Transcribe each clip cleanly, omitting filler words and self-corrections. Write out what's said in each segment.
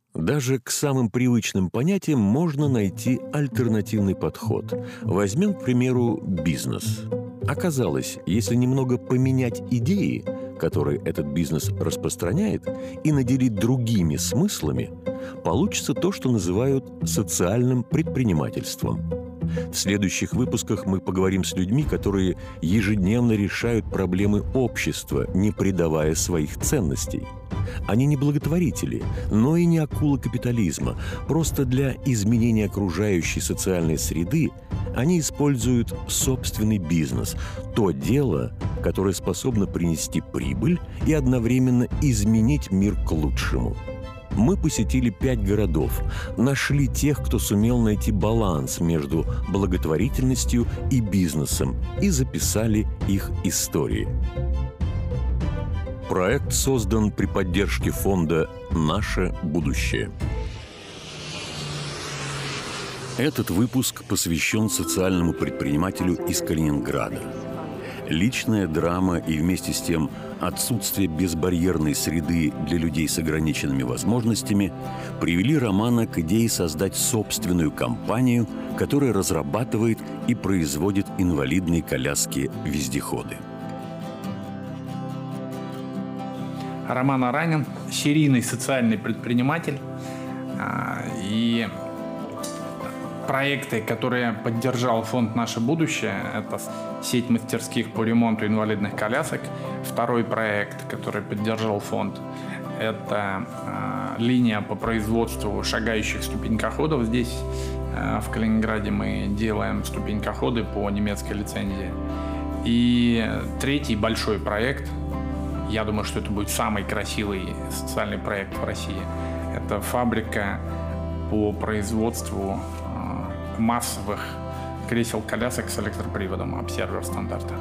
Даже к самым привычным понятиям можно найти альтернативный подход. Возьмем, к примеру, бизнес. Оказалось, если немного поменять идеи, которые этот бизнес распространяет, и наделить другими смыслами, получится то, что называют социальным предпринимательством. В следующих выпусках мы поговорим с людьми, которые ежедневно решают проблемы общества, не предавая своих ценностей. Они не благотворители, но и не акулы капитализма. Просто для изменения окружающей социальной среды они используют собственный бизнес, то дело, которое способно принести прибыль и одновременно изменить мир к лучшему. Мы посетили 5 городов, нашли тех, кто сумел найти баланс между благотворительностью и бизнесом, и записали их истории. Проект создан при поддержке фонда «Наше будущее». Этот выпуск посвящен социальному предпринимателю из Калининграда. Личная драма и вместе с тем отсутствие безбарьерной среды для людей с ограниченными возможностями привели Романа к идее создать собственную компанию, которая разрабатывает и производит инвалидные коляски-вездеходы. Роман Аранин – серийный социальный предприниматель. И проекты, которые поддержал фонд «Наше будущее», это сеть мастерских по ремонту инвалидных колясок. Второй проект, который поддержал фонд, это линия по производству шагающих ступенькоходов. Здесь, в Калининграде, мы делаем ступенькоходы по немецкой лицензии. И третий большой проект, я думаю, что это будет самый красивый социальный проект в России, это фабрика по производству массовых кресел-колясок с электроприводом Observer стандарта.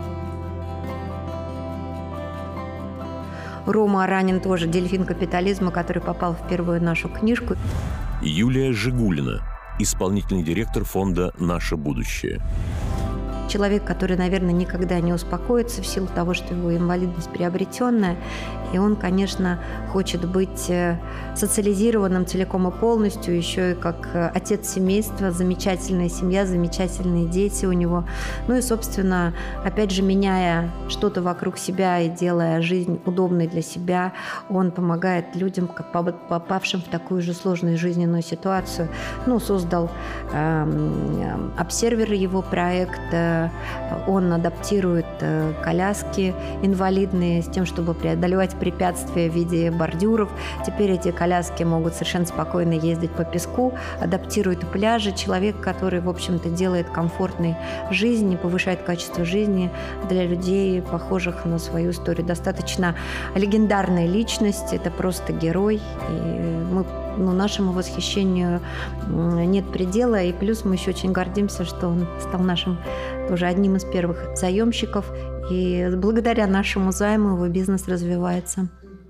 Рома Аранин тоже дельфин капитализма, который попал в первую нашу книжку. Юлия Жигулина, исполнительный директор фонда «Наше будущее». Человек, который, наверное, никогда не успокоится в силу того, что его инвалидность приобретенная, и он, конечно, хочет быть социализированным целиком и полностью, еще и как отец семейства, замечательная семья, замечательные дети у него. Ну и, собственно, опять же, меняя что-то вокруг себя и делая жизнь удобной для себя, он помогает людям, как попавшим в такую же сложную жизненную ситуацию. Ну, создал Observer, его проект. Он адаптирует коляски инвалидные с тем, чтобы преодолевать препятствия в виде бордюров. Теперь эти коляски могут совершенно спокойно ездить по песку, адаптирует пляжи. Человек, который, в общем-то, делает комфортной жизнь и повышает качество жизни для людей, похожих на свою историю. Достаточно легендарная личность, это просто герой. И нашему восхищению нет предела. И плюс мы еще очень гордимся, что он стал нашим тоже одним из первых заемщиков. И благодаря нашему займу его бизнес развивается.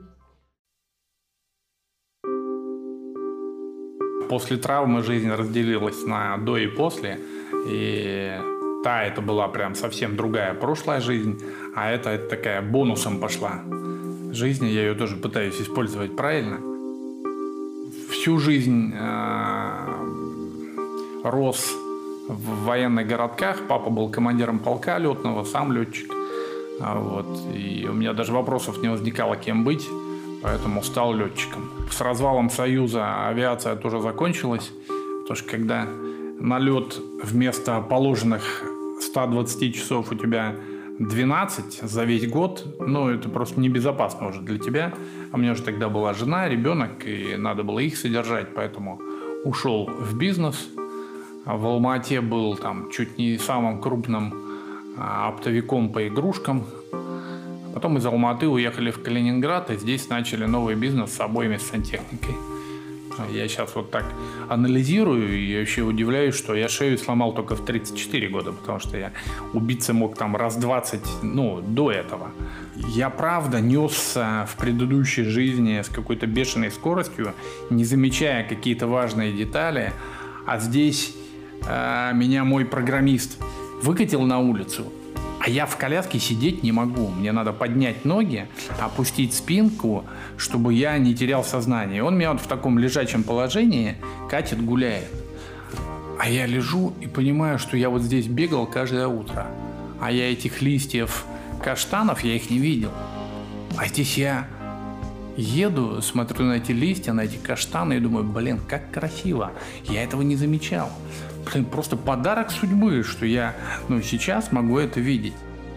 После травмы жизнь разделилась на до и после. И это была прям совсем другая прошлая жизнь, а это такая бонусом пошла жизнь. Я ее тоже пытаюсь использовать правильно. Всю жизнь рос в военных городках. Папа был командиром полка летного, сам летчик. И у меня даже вопросов не возникало, кем быть, поэтому стал летчиком. С развалом Союза авиация тоже закончилась, потому что когда на лед вместо положенных 120 часов у тебя 12 за весь год, это просто небезопасно уже для тебя. А у меня уже тогда была жена, ребенок, и надо было их содержать, поэтому ушел в бизнес. В Алма-Ате был там чуть не самым крупным оптовиком по игрушкам. Потом из Алма-Аты уехали в Калининград, и здесь начали новый бизнес с обоими, с сантехникой. Я сейчас вот так анализирую и вообще удивляюсь, что я шею сломал только в 34 года, потому что я убиться мог там раз 20, до этого. Я правда несся в предыдущей жизни с какой-то бешеной скоростью, не замечая какие-то важные детали, а здесь меня мой программист выкатил на улицу, А я в коляске сидеть не могу. Мне надо поднять ноги, опустить спинку, чтобы я не терял сознание. И он меня вот в таком лежачем положении катит, гуляет. А я лежу и понимаю, что я вот здесь бегал каждое утро. А я этих листьев каштанов, я их не видел. А здесь я еду, смотрю на эти листья, на эти каштаны и думаю, блин, как красиво. Я этого не замечал. Блин, просто подарок судьбы, что я сейчас могу это видеть.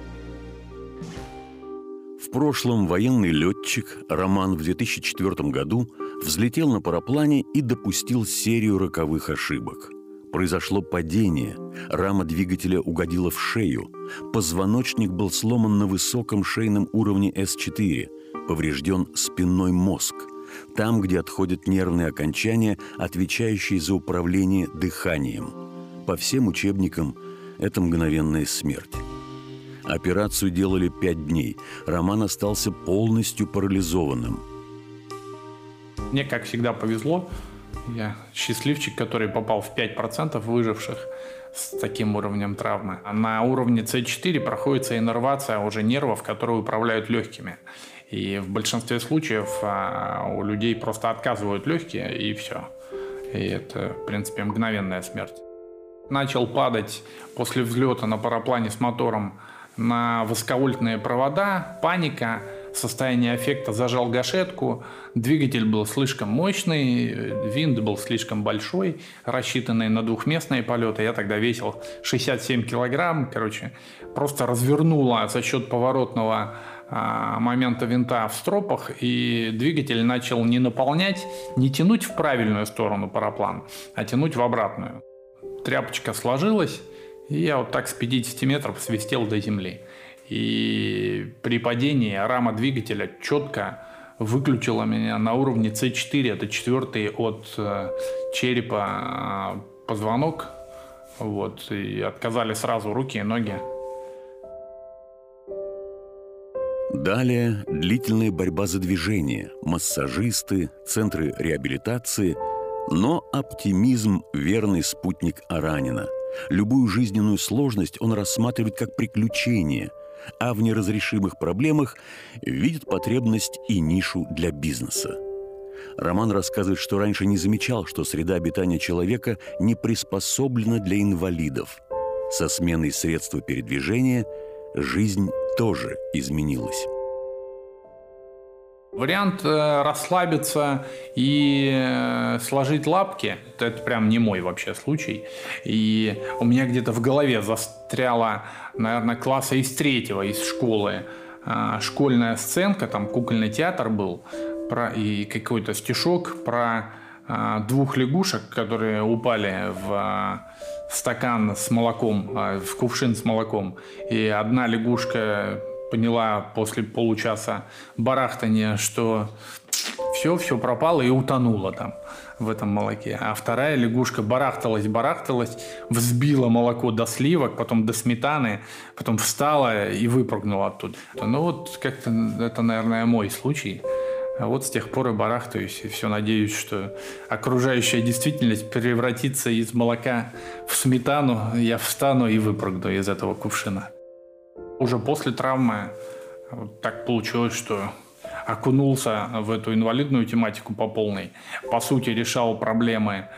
В прошлом военный летчик Роман в 2004 году взлетел на параплане и допустил серию роковых ошибок. Произошло падение, рама двигателя угодила в шею, позвоночник был сломан на высоком шейном уровне С4, поврежден спинной мозг, там, где отходят нервные окончания, отвечающие за управление дыханием. По всем учебникам это мгновенная смерть. Операцию делали 5 дней. Роман остался полностью парализованным. Мне, как всегда, повезло. Я счастливчик, который попал в 5% выживших с таким уровнем травмы. На уровне С4 проходится иннервация уже нервов, которые управляют легкими. И в большинстве случаев у людей просто отказывают легкие, и все. И это, в принципе, мгновенная смерть. Начал падать после взлета на параплане с мотором на высоковольтные провода, паника, состояние аффекта, зажал гашетку, двигатель был слишком мощный, винт был слишком большой, рассчитанный на двухместные полеты. Я тогда весил 67 килограмм, просто развернуло за счет поворотного момента винта в стропах, и двигатель начал не наполнять, не тянуть в правильную сторону параплан, а тянуть в обратную. Тряпочка сложилась, и я вот так с 50 метров свистел до земли. И при падении рама двигателя четко выключила меня на уровне С4, это 4-й от черепа позвонок. И отказали сразу руки и ноги. Далее длительная борьба за движение, массажисты, центры реабилитации, но оптимизм – верный спутник Аранина. Любую жизненную сложность он рассматривает как приключение, а в неразрешимых проблемах видит потребность и нишу для бизнеса. Роман рассказывает, что раньше не замечал, что среда обитания человека не приспособлена для инвалидов. Со сменой средства передвижения жизнь тоже изменилась. Вариант расслабиться и сложить лапки – это прям не мой вообще случай. И у меня где-то в голове застряла, наверное, класса из 3-го, из школы, школьная сценка, там кукольный театр был, и какой-то стишок про 2 лягушек, которые упали в стакан с молоком, в кувшин с молоком. И одна лягушка поняла после получаса барахтания, что все пропало, и утонула там в этом молоке. А вторая лягушка барахталась, взбила молоко до сливок, потом до сметаны, потом встала и выпрыгнула оттуда. Как-то это, наверное, мой случай. А с тех пор и барахтаюсь, и все надеюсь, что окружающая действительность превратится из молока в сметану, я встану и выпрыгну из этого кувшина. Уже после травмы так получилось, что окунулся в эту инвалидную тематику по полной. По сути, решал проблемы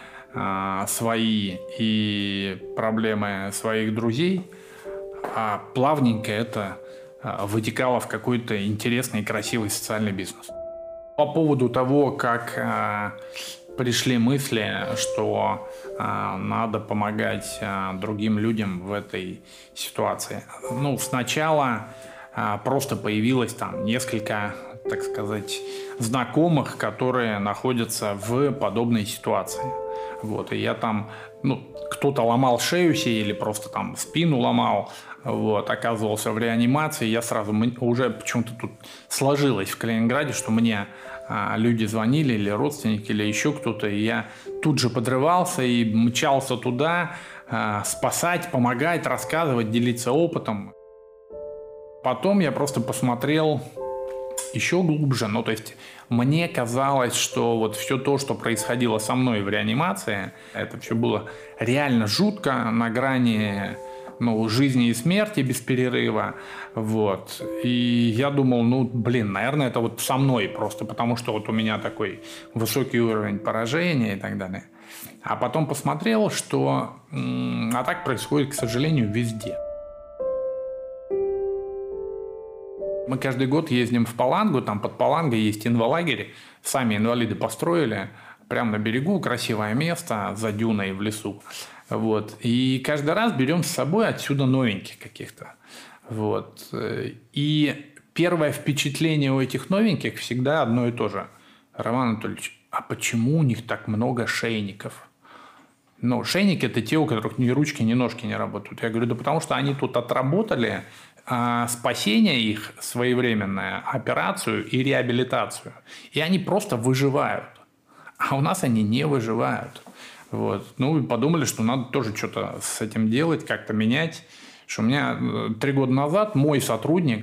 свои и проблемы своих друзей, а плавненько это вытекало в какой-то интересный и красивый социальный бизнес. По поводу того, как пришли мысли, что надо помогать другим людям в этой ситуации. Сначала просто появилось там несколько, так сказать, знакомых, которые находятся в подобной ситуации. И я там, кто-то ломал шею себе или просто там спину ломал, оказывался в реанимации. Я сразу, уже почему-то тут сложилось в Калининграде, что мне люди звонили, или родственники, или еще кто-то, и я тут же подрывался и мчался туда спасать, помогать, рассказывать, делиться опытом. Потом я просто посмотрел еще глубже, то есть мне казалось, что все то, что происходило со мной в реанимации, это все было реально жутко, на грани жизни и смерти без перерыва. Вот. И я думал, наверное, это вот со мной просто, потому что вот у меня такой высокий уровень поражения и так далее. А потом посмотрел, что так происходит, к сожалению, везде. Мы каждый год ездим в Палангу, там под Палангой есть инвалагерь, сами инвалиды построили, прямо на берегу, красивое место, за дюной в лесу. Вот. И каждый раз берем с собой отсюда новеньких каких-то. Вот. И первое впечатление у этих новеньких всегда одно и то же. Роман Анатольевич, а почему у них так много шейников? Шейники – это те, у которых ни ручки, ни ножки не работают. Я говорю, да потому что они тут отработали спасение их своевременное, операцию и реабилитацию. И они просто выживают. А у нас они не выживают. Вот. И подумали, что надо тоже что-то с этим делать, как-то менять. Что у меня 3 года назад мой сотрудник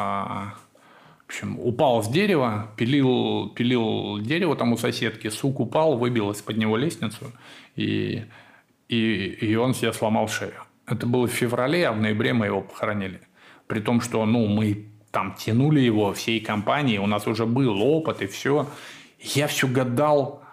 упал с дерева, пилил дерево там у соседки, сук упал, выбил из-под него лестницу, и он себе сломал шею. Это было в феврале, а в ноябре мы его похоронили. При том, что мы там тянули его всей компанией, у нас уже был опыт и все. Я все гадал,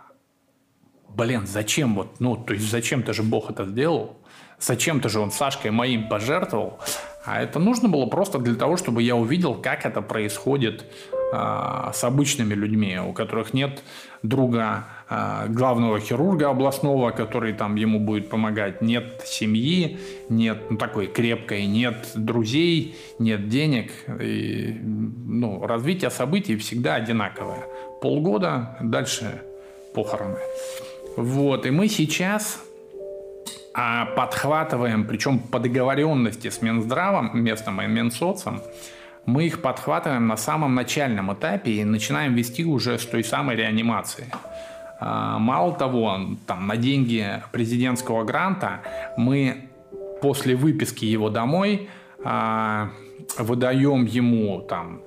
зачем зачем-то же Бог это сделал, зачем-то же он Сашкой моим пожертвовал. А это нужно было просто для того, чтобы я увидел, как это происходит с обычными людьми, у которых нет друга, главного хирурга областного, который там ему будет помогать, нет семьи, нет такой крепкой, нет друзей, нет денег. И, развитие событий всегда одинаковое. Полгода, дальше похороны. Вот. И мы сейчас подхватываем, причем по договоренности с Минздравом, местным и Минсоцом, мы их подхватываем на самом начальном этапе и начинаем вести уже с той самой реанимации. Мало того, там, на деньги президентского гранта мы после выписки его домой выдаем ему там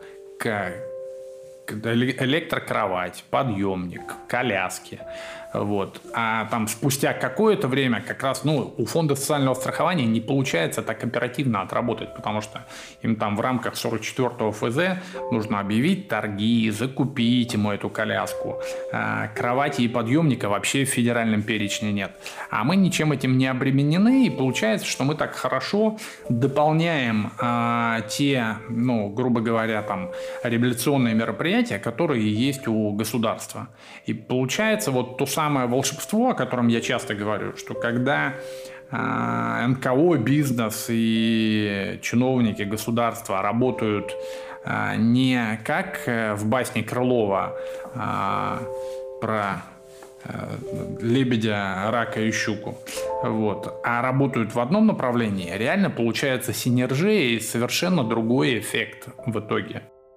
электрокровать, подъемник, коляски. Вот. А там спустя какое-то время как раз у фонда социального страхования не получается так оперативно отработать, потому что им там в рамках 44-го ФЗ нужно объявить торги, закупить ему эту коляску. Кровати и подъемника вообще в федеральном перечне нет. А мы ничем этим не обременены, и получается, что мы так хорошо дополняем те, грубо говоря, там, реабилитационные мероприятия, которые есть у государства. И получается вот то самое волшебство, о котором я часто говорю, что когда НКО, бизнес и чиновники государства работают не как в басне Крылова про лебедя, рака и щуку, а работают в одном направлении, реально получается синергия и совершенно другой эффект в итоге.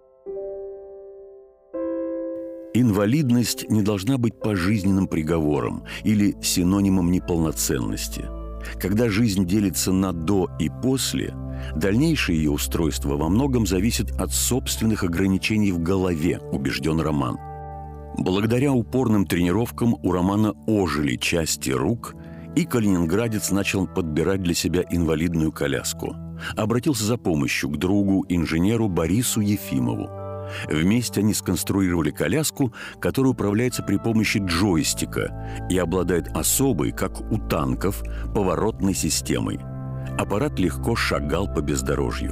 Инвалидность не должна быть пожизненным приговором или синонимом неполноценности. Когда жизнь делится на «до» и «после», дальнейшее ее устройство во многом зависит от собственных ограничений в голове, убежден Роман. Благодаря упорным тренировкам у Романа ожили части рук, и калининградец начал подбирать для себя инвалидную коляску. Обратился за помощью к другу, инженеру Борису Ефимову. Вместе они сконструировали коляску, которая управляется при помощи джойстика и обладает особой, как у танков, поворотной системой. Аппарат легко шагал по бездорожью.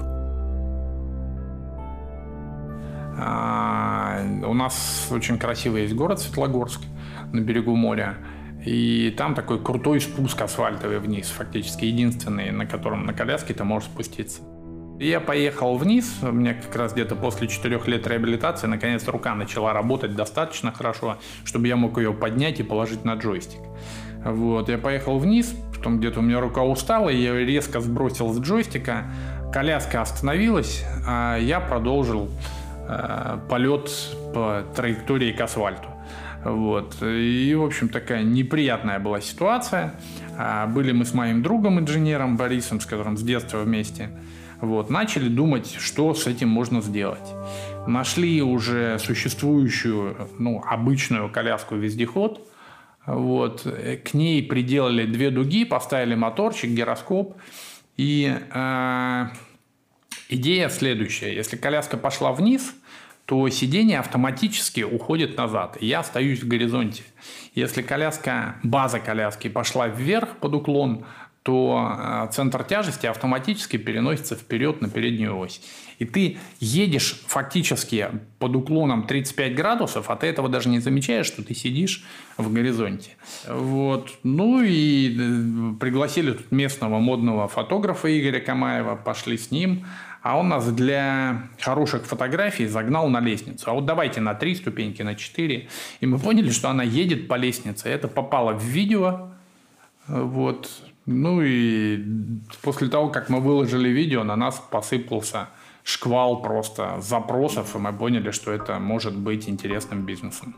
У нас очень красивый есть город Светлогорск на берегу моря. И там такой крутой спуск асфальтовый вниз, фактически единственный, на котором на коляске ты можешь спуститься. И я поехал вниз, у меня как раз где-то после 4 лет реабилитации наконец рука начала работать достаточно хорошо, чтобы я мог ее поднять и положить на джойстик. Вот, я поехал вниз, потом где-то у меня рука устала, и я резко сбросил с джойстика, коляска остановилась, а я продолжил полет по траектории к асфальту. Вот. И, в общем, такая неприятная была ситуация. Были мы с моим другом, инженером Борисом, с которым с детства вместе. Вот. Начали думать, что с этим можно сделать. Нашли уже существующую, обычную коляску-вездеход. Вот. К ней приделали 2 дуги, поставили моторчик, гироскоп. И идея следующая. Если коляска пошла вниз, то сиденье автоматически уходит назад, и я остаюсь в горизонте. Если база коляски пошла вверх под уклон, то центр тяжести автоматически переносится вперед на переднюю ось. И ты едешь фактически под уклоном 35 градусов, а ты этого даже не замечаешь, что ты сидишь в горизонте. Вот. Ну и пригласили тут местного модного фотографа Игоря Камаева, пошли с ним. А он нас для хороших фотографий загнал на лестницу. А вот давайте на 3 ступеньки, на 4. И мы поняли, что она едет по лестнице. Это попало в видео. Вот. Ну и после того, как мы выложили видео, на нас посыпался шквал просто запросов. И мы поняли, что это может быть интересным бизнесом.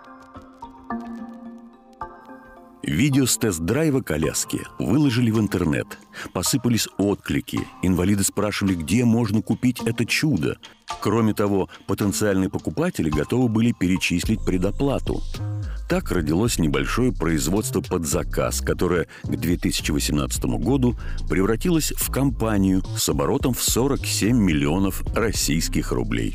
Видео с тест-драйва коляски выложили в интернет. Посыпались отклики. Инвалиды спрашивали, где можно купить это чудо. Кроме того, потенциальные покупатели готовы были перечислить предоплату. Так родилось небольшое производство под заказ, которое к 2018 году превратилось в компанию с оборотом в 47 миллионов российских рублей.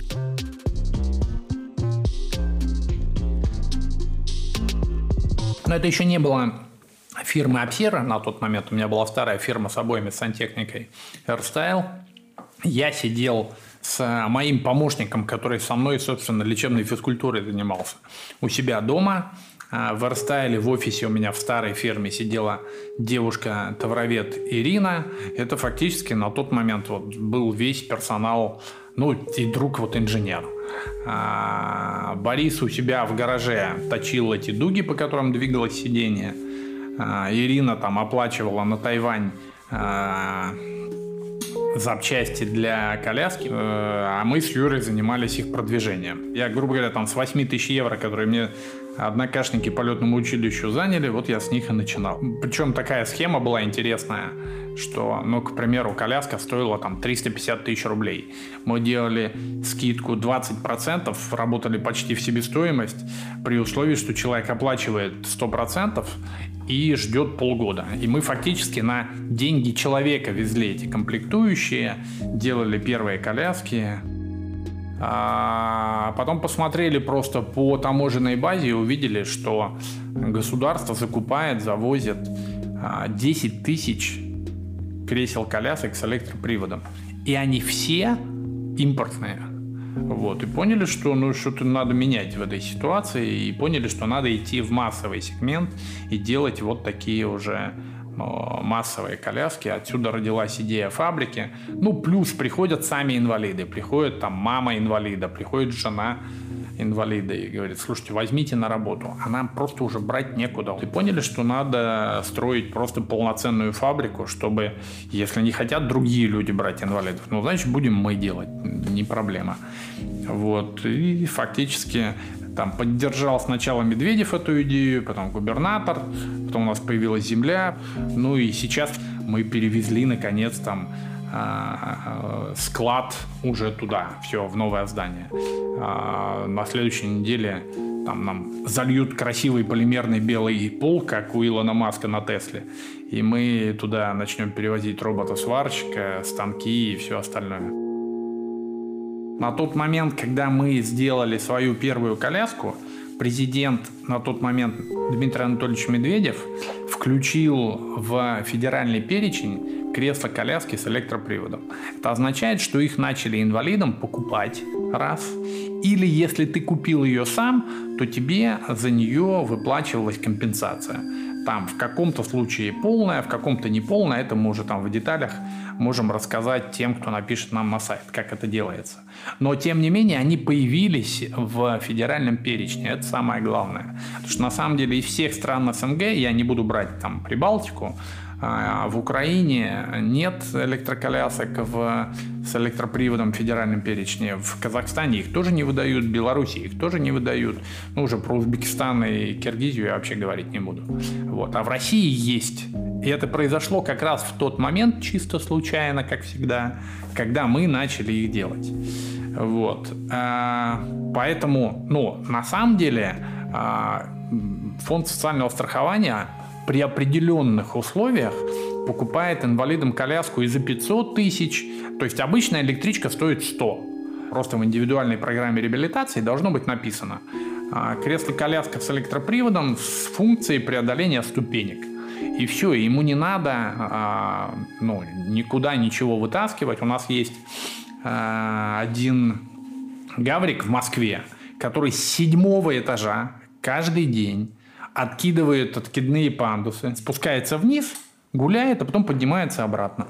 Но это еще не было фирмы Апсера на тот момент. У меня была старая фирма с обоими, с сантехникой AirStyle. Я сидел с моим помощником, который со мной, собственно, лечебной физкультурой занимался, у себя дома. В AirStyle в офисе у меня в старой фирме сидела девушка-товаровед Ирина. Это фактически на тот момент вот был весь персонал, ну и друг вот инженер. Борис у себя в гараже точил эти дуги, по которым двигалось сиденье. Ирина там оплачивала на Тайвань запчасти для коляски, а мы с Юрой занимались их продвижением. Я, грубо говоря, там с 8 тысяч евро, которые мне однокашники по летному училищу заняли, вот я с них и начинал. Причем такая схема была интересная, что, ну, к примеру, коляска стоила там 350 тысяч рублей. Мы делали скидку 20%, работали почти в себестоимость, при условии, что человек оплачивает 100% и ждет полгода. И мы фактически на деньги человека везли эти комплектующие, делали первые коляски. А потом посмотрели просто по таможенной базе и увидели, что государство закупает, завозит 10 тысяч кресел-колясок с электроприводом. И они все импортные. Вот. И поняли, что ну, что-то надо менять в этой ситуации. И поняли, что надо идти в массовый сегмент и делать вот такие уже массовые коляски. Отсюда родилась идея фабрики. Ну, плюс приходят сами инвалиды. Приходит там мама инвалида, приходит жена инвалида и говорит: слушайте, возьмите на работу. А нам просто уже брать некуда. И поняли, что надо строить просто полноценную фабрику, чтобы, если не хотят другие люди брать инвалидов, ну, значит, будем мы делать. Не проблема. Вот. И фактически там поддержал сначала Медведев эту идею, потом губернатор, потом у нас появилась земля. Ну и сейчас мы перевезли, наконец, там склад уже туда, все, в новое здание. На следующей неделе там нам зальют красивый полимерный белый пол, как у Илона Маска на Тесле. И мы туда начнем перевозить робота-сварщика, станки и все остальное. На тот момент, когда мы сделали свою первую коляску, президент на тот момент Дмитрий Анатольевич Медведев включил в федеральный перечень кресла-коляски с электроприводом. Это означает, что их начали инвалидам покупать, раз. Или если ты купил ее сам, то тебе за нее выплачивалась компенсация. Там в каком-то случае полная, в каком-то неполная. Это мы уже там в деталях можем рассказать тем, кто напишет нам на сайт, как это делается. Но тем не менее они появились в федеральном перечне. Это самое главное. Потому что на самом деле из всех стран СНГ, я не буду брать там Прибалтику, в Украине нет электроколясок с электроприводом в федеральном перечне. В Казахстане их тоже не выдают, в Беларуси их тоже не выдают. Ну, уже про Узбекистан и Киргизию я вообще говорить не буду. Вот. А в России есть. И это произошло как раз в тот момент, чисто случайно, как всегда, когда мы начали их делать. Вот. Поэтому, ну, на самом деле, фонд социального страхования при определенных условиях покупает инвалидам коляску и за 500 тысяч. То есть обычная электричка стоит 100. Просто в индивидуальной программе реабилитации должно быть написано: кресло-коляска с электроприводом с функцией преодоления ступенек. И все, ему не надо никуда ничего вытаскивать. У нас есть один гаврик в Москве, который с 7-го этажа каждый день откидывает откидные пандусы, спускается вниз, гуляет, а потом поднимается обратно.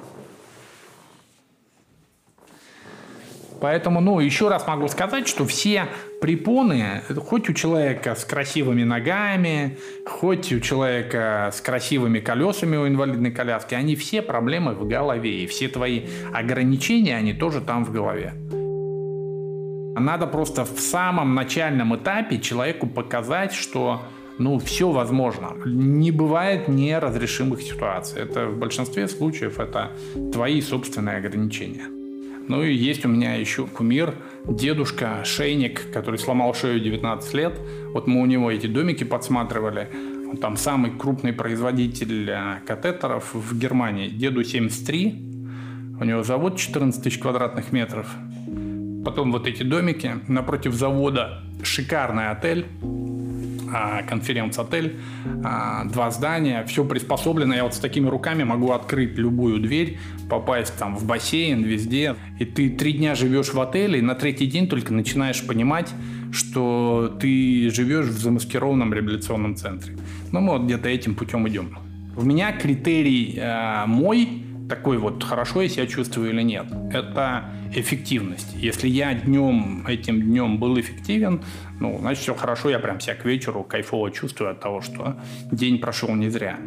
Поэтому, еще раз могу сказать, что все препоны, хоть у человека с красивыми ногами, хоть у человека с красивыми колесами у инвалидной коляски, они все проблемы в голове. И все твои ограничения, они тоже там в голове. Надо просто в самом начальном этапе человеку показать, что все возможно. Не бывает неразрешимых ситуаций. Это в большинстве случаев это твои собственные ограничения. И есть у меня еще кумир, дедушка, шейник, который сломал шею 19 лет. Вот мы у него эти домики подсматривали. Он там самый крупный производитель катетеров в Германии. Деду 73, у него завод 14 тысяч квадратных метров. Потом вот эти домики. Напротив завода шикарный отель, конференц-отель, 2 здания, все приспособлено. Я вот с такими руками могу открыть любую дверь, попасть там в бассейн, везде. И ты 3 дня живешь в отеле, и на 3-й день только начинаешь понимать, что ты живешь в замаскированном реабилитационном центре. Мы вот где-то этим путем идем. У меня критерий мой такой вот, хорошо я себя чувствую или нет, это эффективность. Если я этим днем был эффективен, значит все хорошо, я прям себя к вечеру кайфово чувствую от того, что день прошел не зря.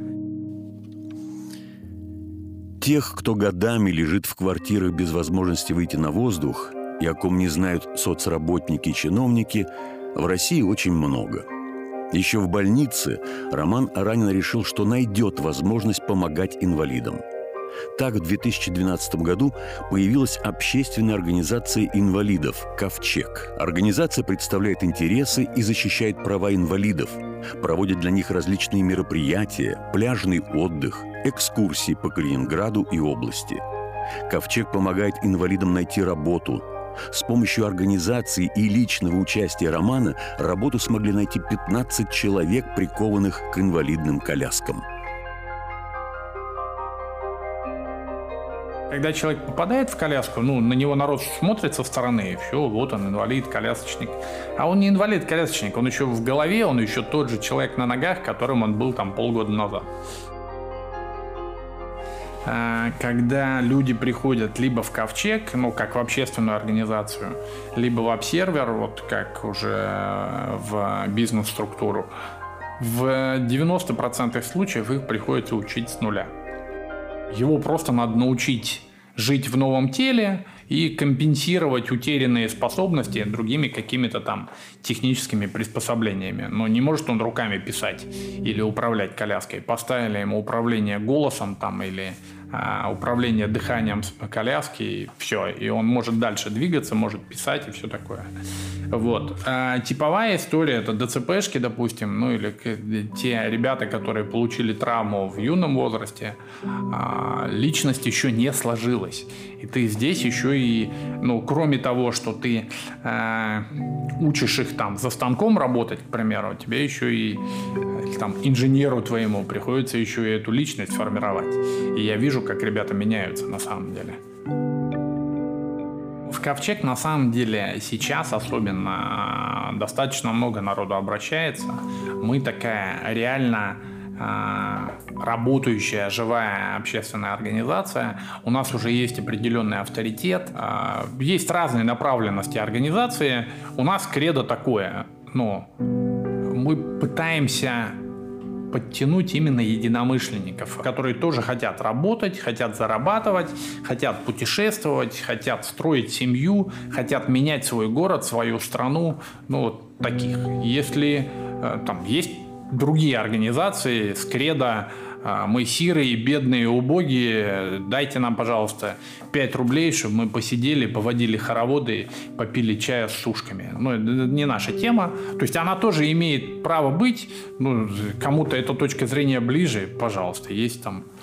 Тех, кто годами лежит в квартирах без возможности выйти на воздух, и о ком не знают соцработники и чиновники, в России очень много. Еще в больнице Роман Аранин решил, что найдет возможность помогать инвалидам. Так, в 2012 году появилась общественная организация инвалидов «Ковчег». Организация представляет интересы и защищает права инвалидов, проводит для них различные мероприятия, пляжный отдых, экскурсии по Калининграду и области. «Ковчег» помогает инвалидам найти работу. С помощью организации и личного участия Романа работу смогли найти 15 человек, прикованных к инвалидным коляскам. Когда человек попадает в коляску, на него народ смотрит со стороны, и все, вот он, инвалид-колясочник. А он не инвалид-колясочник, он еще в голове, он еще тот же человек на ногах, которым он был там полгода назад. Когда люди приходят либо в Ковчег, как в общественную организацию, либо в Обсервер, вот как уже в бизнес-структуру, в 90% случаев их приходится учить с нуля. Его просто надо научить жить в новом теле и компенсировать утерянные способности другими какими-то там техническими приспособлениями. Но не может он руками писать или управлять коляской. Поставили ему управление голосом там или управление дыханием коляски, и все. И он может дальше двигаться, может писать и все такое. Вот. Типовая история – это ДЦПшки, допустим, или те ребята, которые получили травму в юном возрасте, личность еще не сложилась. И ты здесь еще и, кроме того, что ты учишь их там за станком работать, к примеру, тебе еще и там инженеру твоему приходится еще и эту личность формировать. И я вижу, как ребята меняются на самом деле. В Ковчег на самом деле сейчас особенно достаточно много народу обращается. Мы такая реально работающая, живая общественная организация. У нас уже есть определенный авторитет. Есть разные направленности организации. У нас кредо такое. Мы пытаемся подтянуть именно единомышленников, которые тоже хотят работать, хотят зарабатывать, хотят путешествовать, хотят строить семью, хотят менять свой город, свою страну. Таких. Если там есть другие организации с кредо «Мы сирые, бедные, убогие, дайте нам, пожалуйста, 5 рублей, чтобы мы посидели, поводили хороводы, попили чая с сушками». Это не наша тема. То есть она тоже имеет право быть. Кому-то эта точка зрения ближе, пожалуйста. Есть там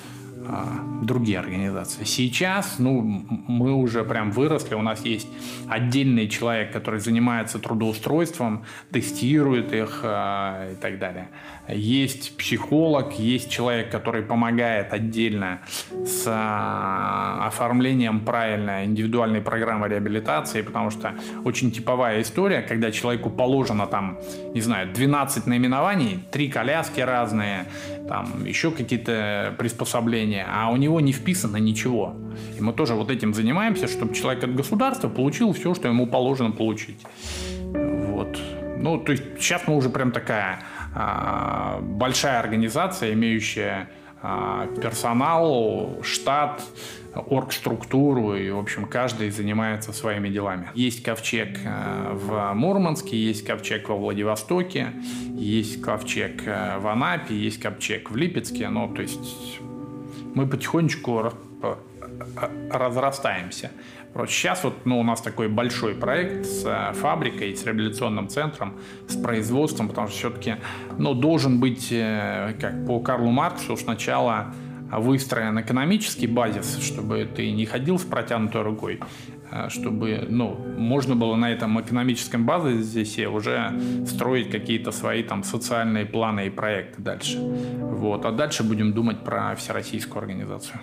другие организации. Сейчас, мы уже прям выросли, у нас есть отдельный человек, который занимается трудоустройством, тестирует их и так далее. Есть психолог, есть человек, который помогает отдельно с оформлением правильной индивидуальной программы реабилитации, потому что очень типовая история, когда человеку положено 12 наименований, 3 коляски разные, еще какие-то приспособления, а у него не вписано ничего. И мы тоже вот этим занимаемся, чтобы человек от государства получил все, что ему положено получить. Вот. То есть сейчас мы уже прям такая большая организация, имеющая персонал, штат, оргструктуру, и, в общем, каждый занимается своими делами. Есть ковчег в Мурманске, есть ковчег во Владивостоке, есть ковчег в Анапе, есть ковчег в Липецке. То есть мы потихонечку разрастаемся. Сейчас у нас такой большой проект с фабрикой, с реабилитационным центром, с производством, потому что все-таки должен быть, как по Карлу Марксу, сначала выстроен экономический базис, чтобы ты не ходил с протянутой рукой, чтобы можно было на этом экономическом базе уже строить какие-то свои социальные планы и проекты дальше. А дальше будем думать про всероссийскую организацию.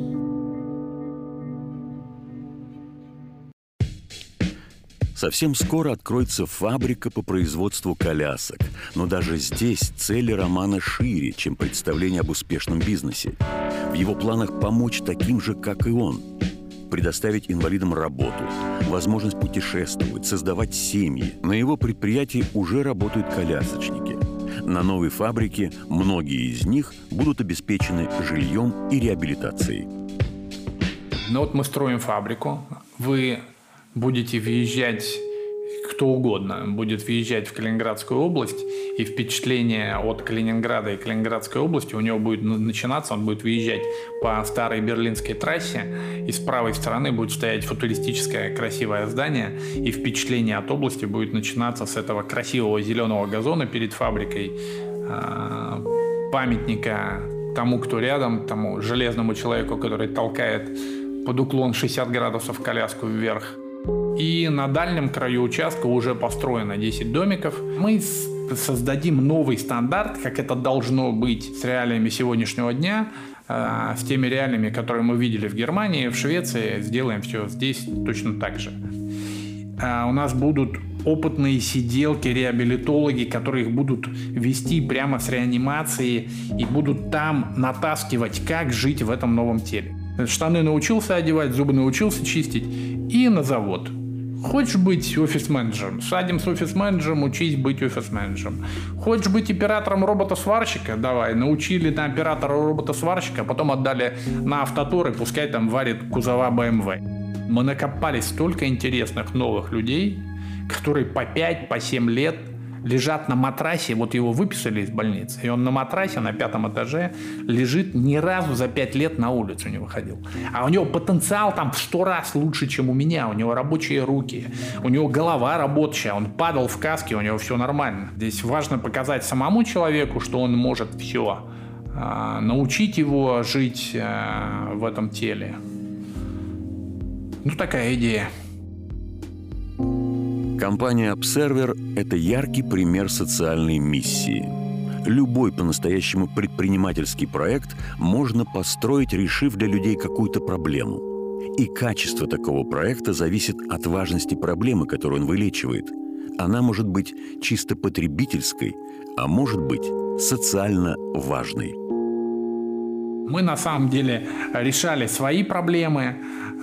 Совсем скоро откроется фабрика по производству колясок. Но даже здесь цели романа шире, чем представление об успешном бизнесе. В его планах помочь таким же, как и он. Предоставить инвалидам работу, возможность путешествовать, создавать семьи. На его предприятии уже работают колясочники. На новой фабрике многие из них будут обеспечены жильем и реабилитацией. Мы строим фабрику. Вы будете въезжать, кто угодно будет въезжать в Калининградскую область, и впечатление от Калининграда и Калининградской области у него будет начинаться, он будет въезжать по старой Берлинской трассе, и с правой стороны будет стоять футуристическое красивое здание, и впечатление от области будет начинаться с этого красивого зеленого газона перед фабрикой, памятника тому, кто рядом, тому железному человеку, который толкает под уклон 60 градусов коляску вверх. И на дальнем краю участка уже построено 10 домиков. Мы создадим новый стандарт, как это должно быть с реалиями сегодняшнего дня, с теми реалиями, которые мы видели в Германии, в Швеции. Сделаем все здесь точно так же. У нас будут опытные сиделки, реабилитологи, которые их будут вести прямо с реанимации и будут там натаскивать, как жить в этом новом теле. Штаны научился одевать, зубы научился чистить и на завод. Хочешь быть офис-менеджером? Садим с офис-менеджером, учись быть офис-менеджером. Хочешь быть оператором робота-сварщика? Давай, научили на оператора робота-сварщика, потом отдали на автотор, и пускай там варит кузова BMW. Мы накопали столько интересных новых людей, которые по 5, по 7 лет лежат на матрасе, его выписали из больницы, и он на матрасе на 5-м этаже лежит, ни разу за 5 лет на улицу не выходил. А у него потенциал в 100 раз лучше, чем у меня, у него рабочие руки, у него голова рабочая, он падал в каске, у него все нормально. Здесь важно показать самому человеку, что он может все, научить его жить в этом теле. Такая идея. Компания Observer – это яркий пример социальной миссии. Любой по-настоящему предпринимательский проект можно построить, решив для людей какую-то проблему. И качество такого проекта зависит от важности проблемы, которую он вылечивает. Она может быть чисто потребительской, а может быть социально важной. Мы на самом деле решали свои проблемы,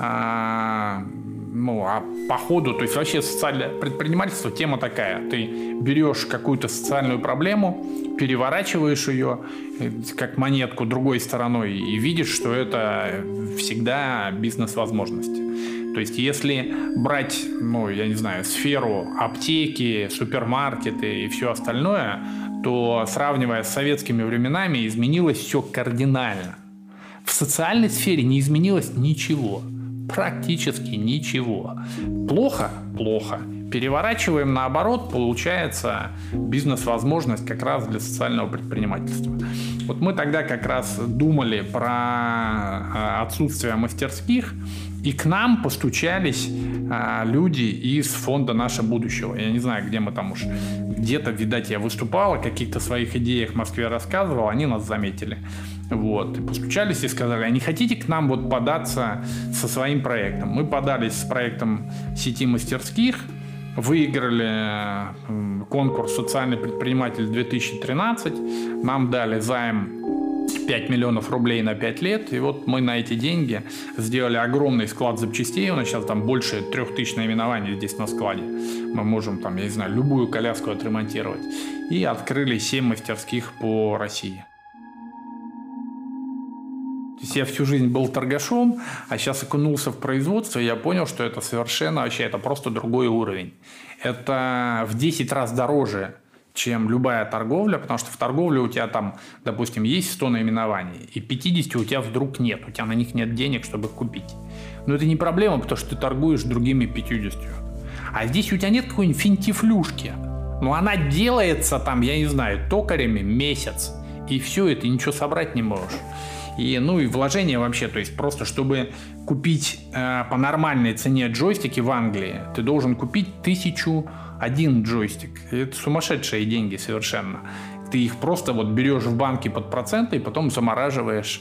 по ходу, то есть вообще социальное предпринимательство тема такая. Ты берешь какую-то социальную проблему, переворачиваешь ее как монетку другой стороной и видишь, что это всегда бизнес-возможности. То есть если брать, сферу аптеки, супермаркеты и все остальное, то, сравнивая с советскими временами, изменилось все кардинально. В социальной сфере не изменилось ничего. Практически ничего. Плохо? Плохо. переворачиваем наоборот, получается бизнес-возможность как раз для социального предпринимательства. Вот мы тогда как раз думали про отсутствие мастерских, и к нам постучались люди из фонда «Наше будущее». Я не знаю, где мы там уж, где-то, видать, я выступал, о каких-то своих идеях в Москве рассказывал, они нас заметили. Вот. И постучались и сказали, а не хотите к нам вот податься со своим проектом? Мы подались с проектом сети мастерских, выиграли конкурс «Социальный предприниматель 2013», нам дали займ 5 миллионов рублей на 5 лет, и вот мы на эти деньги сделали огромный склад запчастей, у нас сейчас там больше 3000 наименований здесь на складе, мы можем там, я не знаю, любую коляску отремонтировать, и открыли 7 мастерских по России. То есть я всю жизнь был торгашом, а сейчас окунулся в производство, и я понял, что это совершенно вообще, это просто другой уровень. Это в 10 раз дороже, чем любая торговля, потому что в торговле у тебя там, допустим, есть 100 наименований, и 50 у тебя вдруг нет, у тебя на них нет денег, чтобы их купить. Но это не проблема, потому что ты торгуешь другими 50. А здесь у тебя нет какой-нибудь финтифлюшки. Но она делается там, я не знаю, токарями месяц, и все, это ничего собрать не можешь. И, ну и вложения вообще, то есть просто чтобы купить по нормальной цене джойстики в Англии, ты должен купить 1001 джойстик. И это сумасшедшие деньги совершенно. Ты их просто вот берешь в банке под проценты и потом замораживаешь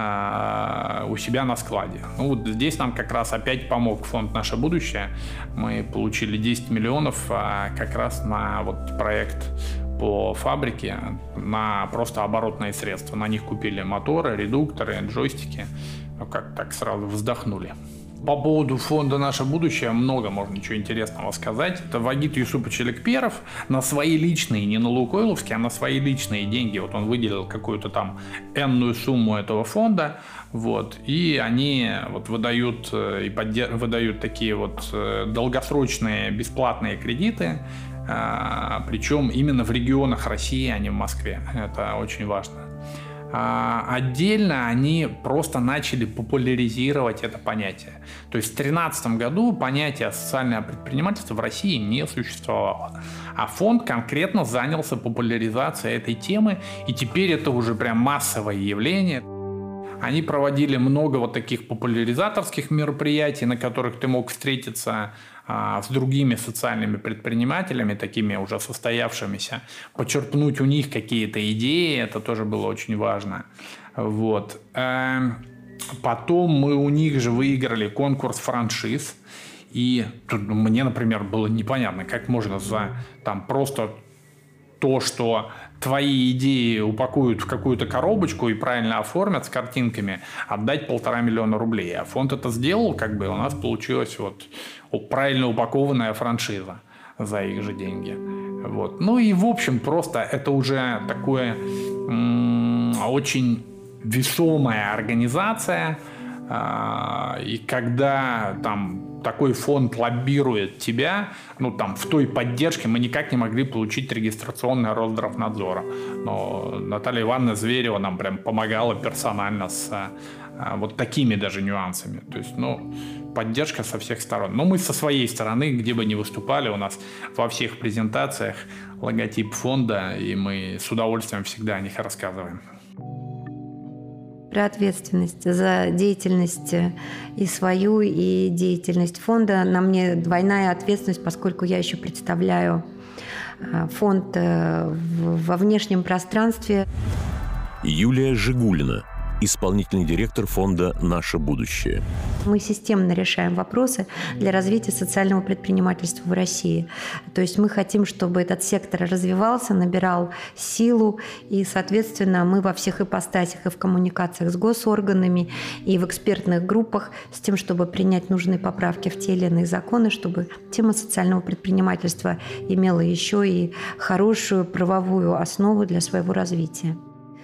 у себя на складе. Ну вот здесь нам как раз опять помог фонд «Наше будущее». Мы получили 10 миллионов как раз на вот проект по фабрике, на просто оборотные средства. На них купили моторы, редукторы, джойстики. Ну как так сразу вздохнули. По поводу фонда «Наше будущее» много можно ничего интересного сказать. Это Вагит Юсупович Алекперов на свои личные, не на лукойловские, а на свои личные деньги. Вот он выделил какую-то там энную сумму этого фонда. Вот, и они вот выдают такие вот долгосрочные бесплатные кредиты. Причем именно в регионах России, а не в Москве. Это очень важно. Отдельно они просто начали популяризировать это понятие. То есть в 2013 году понятие социальное предпринимательство в России не существовало. А фонд конкретно занялся популяризацией этой темы, и теперь это уже прям массовое явление. Они проводили много вот таких популяризаторских мероприятий, на которых ты мог встретиться с другими социальными предпринимателями, такими уже состоявшимися, почерпнуть у них какие-то идеи, это тоже было очень важно. Вот. Потом мы у них же выиграли конкурс франшиз, и тут мне, например, было непонятно, как можно за там просто то, что твои идеи упакуют в какую-то коробочку и правильно оформят с картинками, отдать 1,5 миллиона рублей. А фонд это сделал, как бы у нас получилась вот правильно упакованная франшиза за их же деньги. Вот. Ну и в общем просто это уже такое очень весомая организация. И когда там такой фонд лоббирует тебя, ну там в той поддержке мы никак не могли получить регистрационный Росздравнадзора. Но Наталья Ивановна Зверева нам прям помогала персонально с вот такими даже нюансами. То есть, ну, поддержка со всех сторон. Но мы со своей стороны, где бы ни выступали, у нас во всех презентациях логотип фонда, и мы с удовольствием всегда о них рассказываем. Про ответственность за деятельность и свою, и деятельность фонда. На мне двойная ответственность, поскольку я еще представляю фонд во внешнем пространстве. Юлия Жигулина, исполнительный директор фонда «Наше будущее». Мы системно решаем вопросы для развития социального предпринимательства в России. То есть мы хотим, чтобы этот сектор развивался, набирал силу, и, соответственно, мы во всех ипостасях, и в коммуникациях с госорганами, и в экспертных группах, с тем, чтобы принять нужные поправки в те или иные законы, чтобы тема социального предпринимательства имела еще и хорошую правовую основу для своего развития.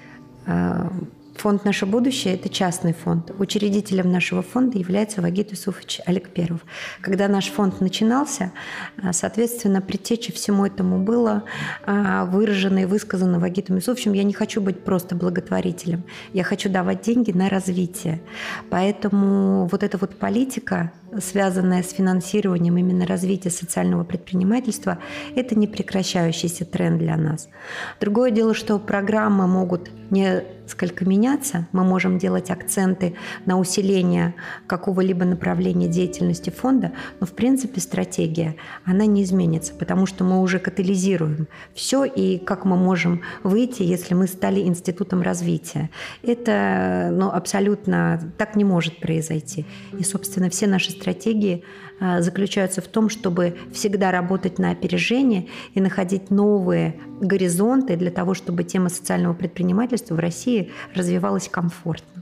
Фонд «Наше будущее» – это частный фонд. Учредителем нашего фонда является Вагит Юсупович Алекперов. Когда наш фонд начинался, соответственно, предтечей всему этому было выражено и высказано Вагитом Юсуповичем: я не хочу быть просто благотворителем, я хочу давать деньги на развитие. Поэтому вот эта вот политика связанная с финансированием именно развития социального предпринимательства, это не прекращающийся тренд для нас. Другое дело, что программы могут несколько меняться, мы можем делать акценты на усиление какого-либо направления деятельности фонда, но в принципе стратегия, она не изменится, потому что мы уже катализируем все, и как мы можем выйти, если мы стали институтом развития. Это абсолютно так не может произойти. И, собственно, все наши стратегии заключаются в том, чтобы всегда работать на опережение и находить новые горизонты для того, чтобы тема социального предпринимательства в России развивалась комфортно.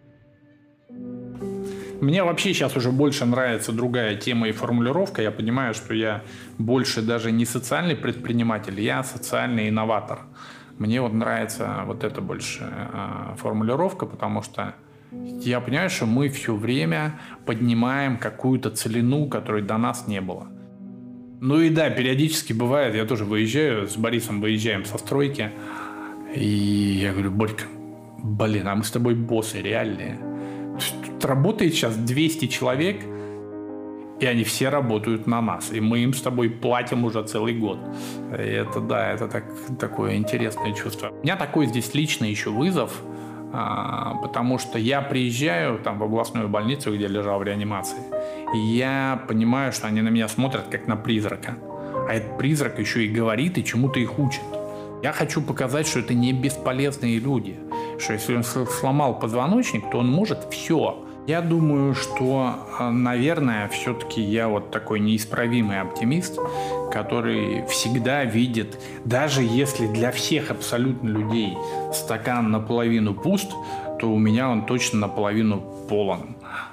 Мне вообще сейчас уже больше нравится другая тема и формулировка. Я понимаю, что я больше даже не социальный предприниматель, я социальный инноватор. Мне нравится эта больше формулировка, потому что я понимаю, что мы все время поднимаем какую-то целину, которой до нас не было. Ну и да, периодически бывает, я тоже выезжаю, с Борисом выезжаем со стройки, и я говорю: Борька, а мы с тобой боссы реальные. Тут работает сейчас 200 человек, и они все работают на нас, и мы им с тобой платим уже целый год. И это такое интересное чувство. У меня такой здесь личный еще вызов, потому что я приезжаю в областную больницу, где лежал в реанимации, и я понимаю, что они на меня смотрят как на призрака. А этот призрак еще и говорит, и чему-то их учит. Я хочу показать, что это не бесполезные люди, что если он сломал позвоночник, то он может все. Я думаю, что, наверное, все-таки я такой неисправимый оптимист, который всегда видит, даже если для всех абсолютно людей стакан наполовину пуст, то у меня он точно наполовину полон.